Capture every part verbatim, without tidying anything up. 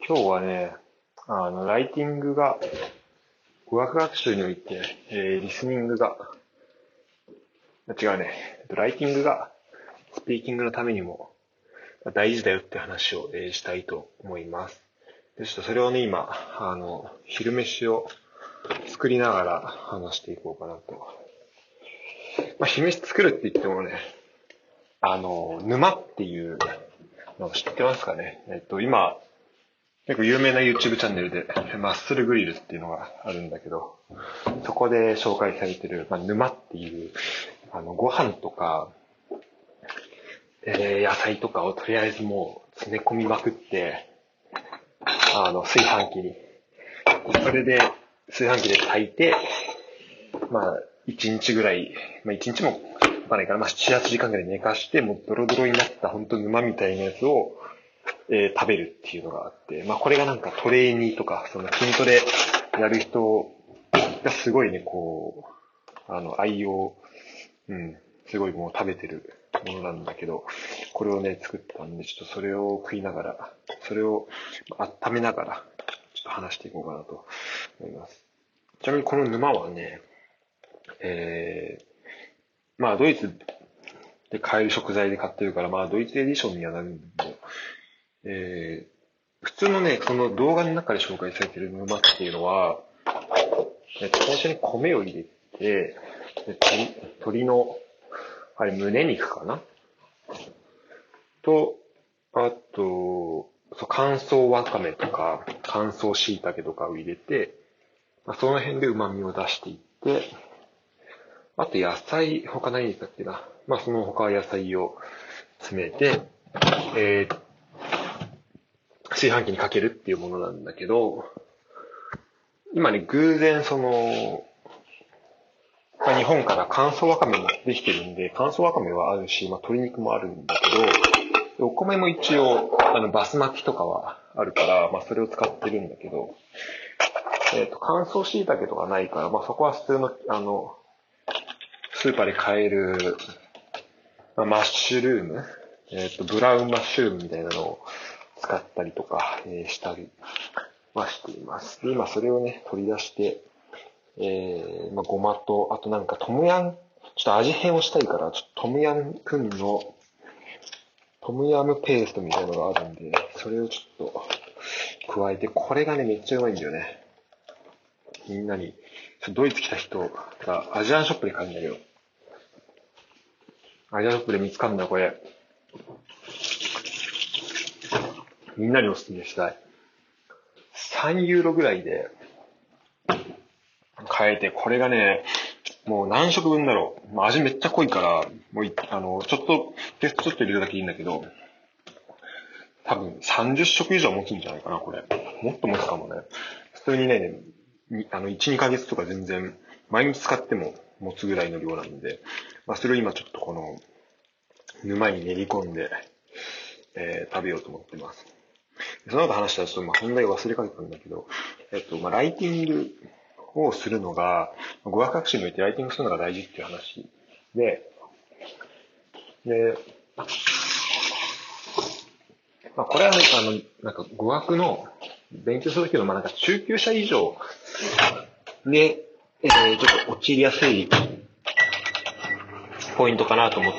今日はね、あの、ライティングが、語学学習において、えー、リスニングが、違うね、ライティングが、スピーキングのためにも大事だよって話を、えー、したいと思います。で、ちょっとそれをね、今、あの、昼飯を作りながら話していこうかなと。まあ、昼飯作るって言ってもね、あの、沼っていうのを知ってますかね。えっと、今、結構有名な YouTube チャンネルで、マッスルグリルっていうのがあるんだけど、そこで紹介されてる、まあ、沼っていう、あの、ご飯とか、えー、野菜とかをとりあえずもう詰め込みまくって、あの、炊飯器に。それで、炊飯器で炊いて、まあ、いちにちぐらい、まあ、いちにちも、わかんないから、まあ、なな、はちじかんぐらい寝かして、もうドロドロになった本当沼みたいなやつを、えー、食べるっていうのがあって、まあ、これがなんかトレーニーとか、その筋トレやる人がすごいね、こう、あの、愛用、うん、すごいもう食べてるものなんだけど、これをね、作ったんで、ちょっとそれを食いながら、それを温めながら、ちょっと話していこうかなと思います。ちなみにこの沼はね、えー、まあ、ドイツで買える食材で買ってるから、まあ、ドイツエディションにはなるんだけど、えー、普通のね、その動画の中で紹介されてる沼っていうのは、最初に米を入れて、鶏、鶏の、あれ、胸肉かなと、あと、そう乾燥わかめとか、乾燥椎茸とかを入れて、まあ、その辺で旨味を出していって、あと野菜、他何入れたっけな。まあその他野菜を詰めて、えー、炊飯器にかけるっていうものなんだけど、今ね、偶然その、まあ、日本から乾燥わかめもできてるんで、乾燥わかめはあるし、まあ鶏肉もあるんだけど、お米も一応、あの、バスマティとかはあるから、まあそれを使ってるんだけど、えっと、乾燥椎茸とかないから、まあそこは普通の、あの、スーパーで買える、まあ、マッシュルーム、えっと、ブラウンマッシュルームみたいなのを使ったりとか、えー、したりはしています。で、今それをね、取り出して、えー、まあ、ごまと、あとなんかトムヤン、ちょっと味変をしたいから、ちょっとトムヤンクンの、トムヤムペーストみたいなのがあるんで、それをちょっと加えて、これがね、めっちゃうまいんだよね。みんなに、ドイツ来た人がアジアンショップで買うんだけど、アジアンショップで見つかるんだよ、これ。みんなにお勧めしたい。さんユーロぐらいで買えて、これがね、もう何食分だろう。味めっちゃ濃いから、もうあの、ちょっと、テストちょっと入れるだけいいんだけど、多分さんじゅっしょく以上持つんじゃないかな、これ。もっと持つかもね。普通にね、あの、いち、にかげつとか全然、毎日使っても持つぐらいの量なんで、まあ、それを今ちょっとこの、沼に練り込んで、えー、食べようと思ってます。その後話したらちょっとまあ本題忘れかけたんだけど、えっと、まあ、ライティングをするのが、語学学習においてライティングするのが大事っていう話で、で、まあ、これはね、あの、なんか語学の勉強するときの、まあ、なんか中級者以上で、えー、ちょっと陥りやすいポイントかなと思って、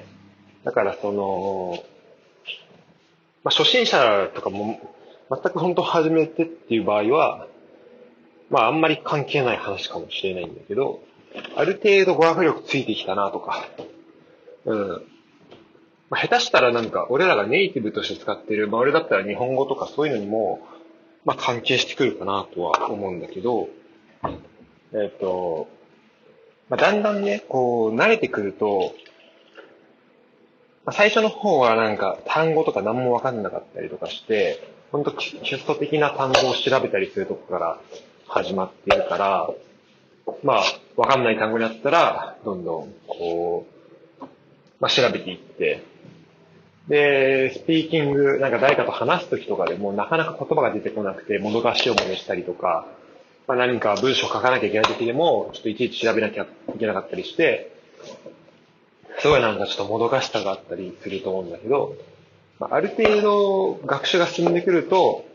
だからその、まあ、初心者とかも全く本当始めてっていう場合は、まああんまり関係ない話かもしれないんだけど、ある程度語学力ついてきたなとか、うん。まあ、下手したらなんか俺らがネイティブとして使ってる、まあ俺だったら日本語とかそういうのにも、まあ関係してくるかなとは思うんだけど、えっと、まあだんだんね、こう慣れてくると、まあ、最初の方はなんか単語とか何もわかんなかったりとかして、本当基礎的な単語を調べたりするとこから始まっているから、まあ、わかんない単語になったら、どんどん、こう、まあ、調べていって、で、スピーキング、なんか誰かと話すときとかでもなかなか言葉が出てこなくて、もどかしを真似したりとか、まあ、何か文章を書かなきゃいけないときでも、ちょっといちいち調べなきゃいけなかったりして、すごいなんかちょっともどかしさがあったりすると思うんだけど、まあ、ある程度学習が進んでくると、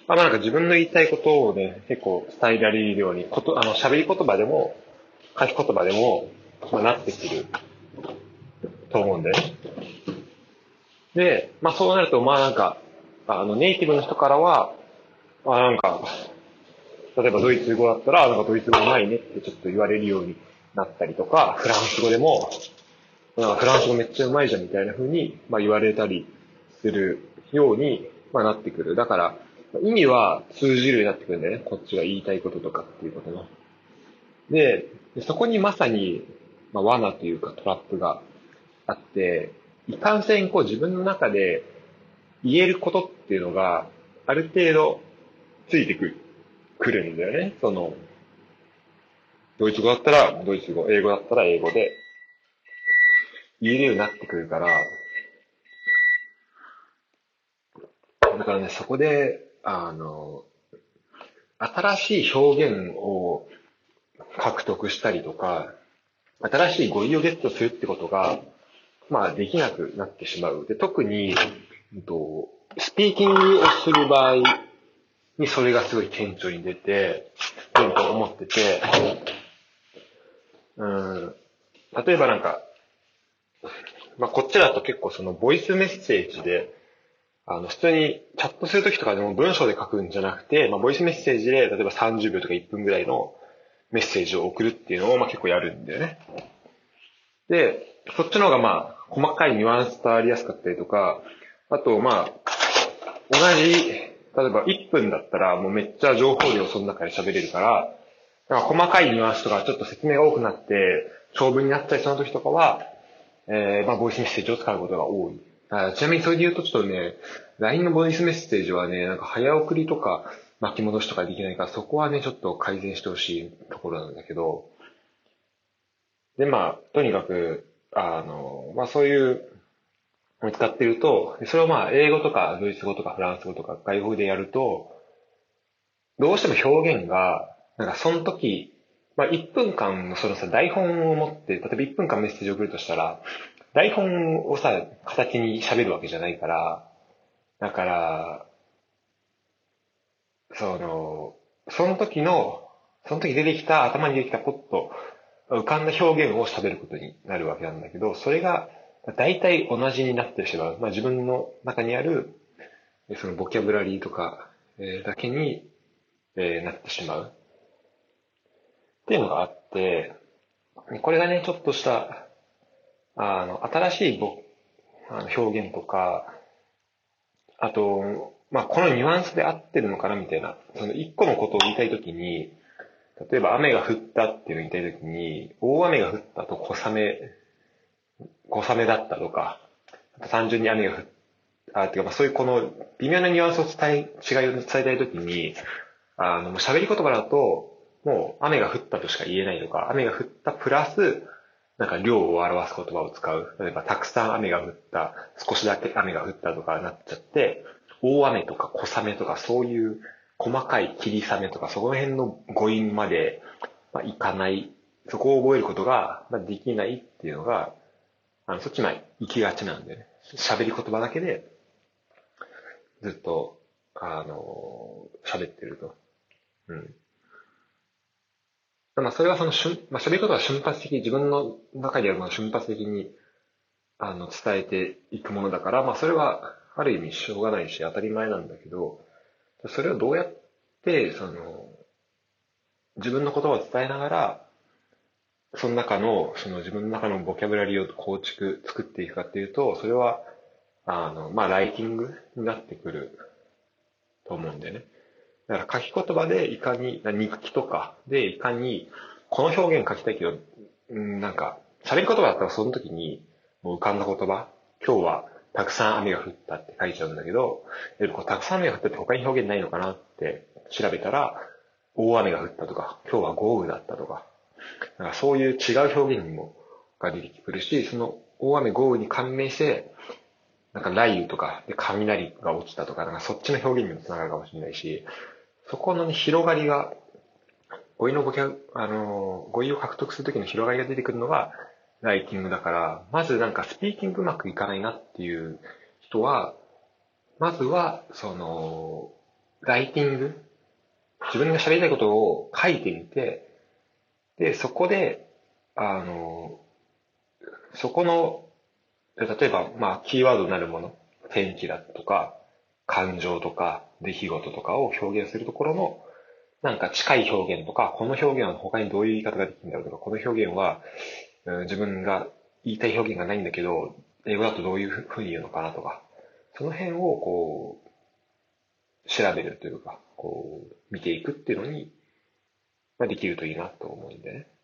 まあ、なんか自分の言いたいことをね、結構伝えられるように、こと、あの、喋り言葉でも、書き言葉でも、まあ、なってくると思うんだよね。で、まあそうなると、まあなんか、あの、ネイティブの人からは、まあなんか、例えばドイツ語だったら、なんかドイツ語うまいねってちょっと言われるようになったりとか、フランス語でも、なんかフランス語めっちゃうまいじゃんみたいな風に、まあ言われたりするように、まあなってくる。だから、意味は通じるようになってくるんだよね。こっちが言いたいこととかっていうことの。で、そこにまさに、まあ、罠というかトラップがあって、いかんせんこう自分の中で言えることっていうのがある程度ついてくる、くるんだよね。その、ドイツ語だったらドイツ語、英語だったら英語で言えるようになってくるから、だからね、そこで、あの、新しい表現を獲得したりとか、新しい語彙をゲットするってことが、まあ、できなくなってしまう。で、特に、うんと、スピーキングをする場合にそれがすごい顕著に出て、出ると思ってて、うん、例えばなんか、まあ、こっちだと結構そのボイスメッセージで、あの、普通にチャットするときとかでも文章で書くんじゃなくて、まあ、ボイスメッセージで、例えばさんじゅうびょうとかいっぷんぐらいのメッセージを送るっていうのを、まあ、結構やるんだよね。で、そっちの方がまあ、細かいニュアンス伝わりやすかったりとか、あとまあ、同じ、例えばいっぷんだったらもうめっちゃ情報量その中で喋れるから、だから細かいニュアンスとかちょっと説明が多くなって、長文になったりその時とかは、えー、まあ、ボイスメッセージを使うことが多い。あ、ちなみにそれで言うとちょっとね、ライン のボイスメッセージはね、なんか早送りとか巻き戻しとかできないから、そこはね、ちょっと改善してほしいところなんだけど、で、まあ、とにかく、あの、まあそういうのを使ってると、それをまあ英語とかドイツ語とかフランス語とか外国でやると、どうしても表現が、なんかその時、まあいっぷんかんのそのさ、台本を持って、例えばいっぷんかんメッセージを送るとしたら、台本をさ、形に喋るわけじゃないから、だから、その、その時の、その時出てきた、頭に出てきたポッと浮かんだ表現を喋ることになるわけなんだけど、それが大体同じになってしまう。まあ自分の中にある、そのボキャブラリーとか、えーだけに、えーなってしまう。っていうのがあって、これがね、ちょっとした、あの、新しいボあの表現とか、あと、まあ、このニュアンスで合ってるのかなみたいな、その一個のことを言いたいときに、例えば雨が降ったっていうのを言いたいときに、大雨が降ったと小雨、小雨だったとか、単純に雨が降った、あ、てかまあそういうこの微妙なニュアンスを伝え、違いを伝えたいときに、あの、もう喋り言葉だと、もう雨が降ったとしか言えないとか、雨が降ったプラス、なんか量を表す言葉を使う。例えば、たくさん雨が降った、少しだけ雨が降ったとかなっちゃって、大雨とか小雨とかそういう細かい霧雨とかそこら辺の語彙まで、まあ、いかない。そこを覚えることが、まあ、できないっていうのが、あの、そっちまで行きがちなんでね。喋り言葉だけで、ずっと、あの、喋ってると。うん。まあ、それはその瞬、まあ、喋り方は瞬発的、自分の中にあるものを瞬発的に、あの、伝えていくものだから、まあ、それは、ある意味しょうがないし、当たり前なんだけど、それをどうやって、その、自分の言葉を伝えながら、その中の、その自分の中のボキャブラリーを構築、作っていくかっていうと、それは、あの、まあ、ライティングになってくると思うんでね。だから書き言葉でいかに、日記とかでいかに、この表現書きたいけど、うん、なんか、喋り言葉だったらその時にもう浮かんだ言葉、今日はたくさん雨が降ったって書いちゃうんだけど、えこうたくさん雨が降ったって他に表現ないのかなって調べたら、大雨が降ったとか、今日は豪雨だったとか、なんかそういう違う表現にもが出てくるし、その大雨豪雨に関連して、なんか雷雨とかで雷が落ちたとか、なんかそっちの表現にもつながるかもしれないし、そこの、ね、広がりが、語彙のボキャ、あの、語彙を獲得するときの広がりが出てくるのが、ライティングだから、まずなんかスピーキングうまくいかないなっていう人は、まずは、その、 ライティング、自分が喋りたいことを書いてみて、で、そこで、あの、そこの、例えば、まあ、キーワードになるもの、天気だとか、感情とか、出来事とかを表現するところの、なんか近い表現とか、この表現は他にどういう言い方ができるんだろうとか、この表現は、うん、自分が言いたい表現がないんだけど、英語だとどういうふうに言うのかなとか、その辺をこう、調べるというか、こう、見ていくっていうのに、まあ、できるといいなと思うんでね。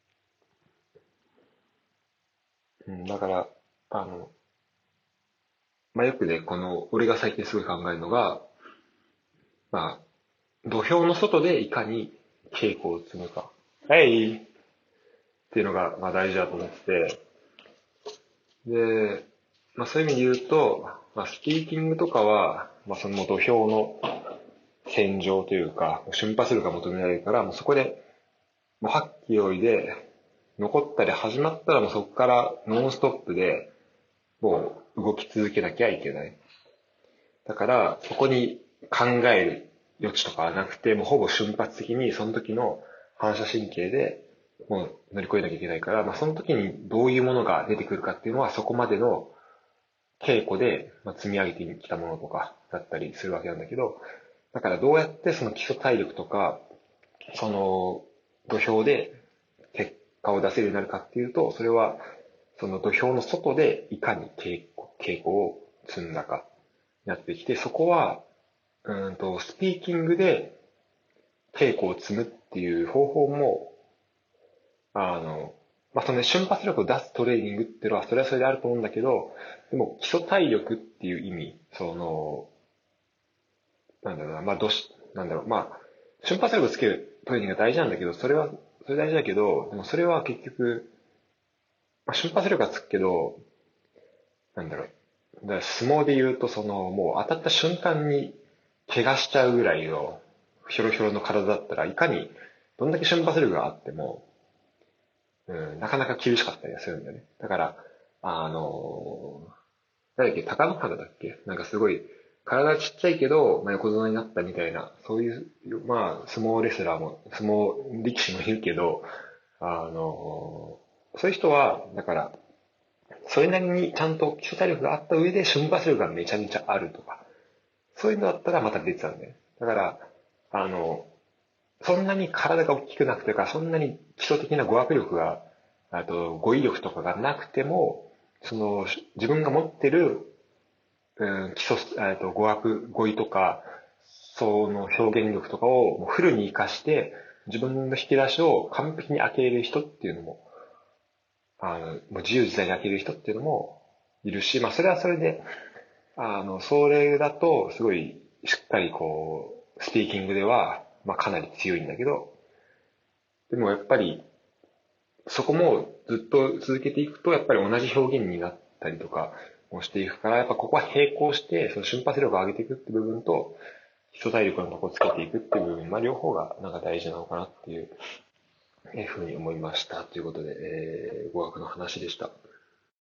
うん、だから、あの、まあ、よくね、この、俺が最近すごい考えるのが、まあ、土俵の外でいかに稽古を積むか。はいっていうのが、まあ大事だと思ってて、で、まあそういう意味で言うと、まあスピーキングとかは、まあその土俵の戦場というか、瞬発力が求められるから、もうそこで、もうはっきよいで、残ったり始まったらもうそこからノンストップで、もう動き続けなきゃいけない。だから、そこに考える余地とかはなくて、もうほぼ瞬発的にその時の反射神経でもう乗り越えなきゃいけないから、まあその時にどういうものが出てくるかっていうのはそこまでの稽古で積み上げてきたものとかだったりするわけなんだけど、だからどうやってその基礎体力とか、その土俵で結果を出せるようになるかっていうと、それはその土俵の外でいかに稽古稽古を積んだかやってきて、そこは、うんと、スピーキングで稽古を積むっていう方法も、あの、まあ、そのね、瞬発力を出すトレーニングっていうのは、それはそれであると思うんだけど、でも、基礎体力っていう意味、その、なんだろうな、まあ、どうし、なんだろう、まあ、瞬発力をつけるトレーニングが大事なんだけど、それは、それ大事だけど、でもそれは結局、まあ、瞬発力はつくけど、なんだろう、だから相撲で言うと、その、もう当たった瞬間に怪我しちゃうぐらいのひょろひょろの体だったらいかにどんだけ瞬発力があっても、うん、なかなか厳しかったりするんだよね。だから、あのー、なんだっけ、高野花だっけなんかすごい、体ちっちゃいけど、まあ、横綱になったみたいな、そういう、まあ、相撲レスラーも、相撲力士もいるけど、あのー、そういう人は、だから、それなりにちゃんと基礎体力があった上で瞬発力がめちゃめちゃあるとか、そういうのだったらまた別なんだよ。だから、あの、そんなに体が大きくなくてか、そんなに基礎的な語学力が、あと語彙力とかがなくても、その、自分が持ってる、うん、基礎、えっと、語学、語彙とか、その表現力とかをもうフルに活かして、自分の引き出しを完璧に開けれる人っていうのも、あの、もう自由自在に開けれる人っていうのもいるし、まあそれはそれで、あの、それだと、すごい、しっかりこう、スピーキングでは、まあかなり強いんだけど、でもやっぱり、そこもずっと続けていくと、やっぱり同じ表現になったりとかもしていくから、やっぱここは並行して、その瞬発力を上げていくって部分と、基礎体力のところをつけていくっていう部分、まあ両方がなんか大事なのかなっていうふうに思いました。ということで、えー、語学の話でした。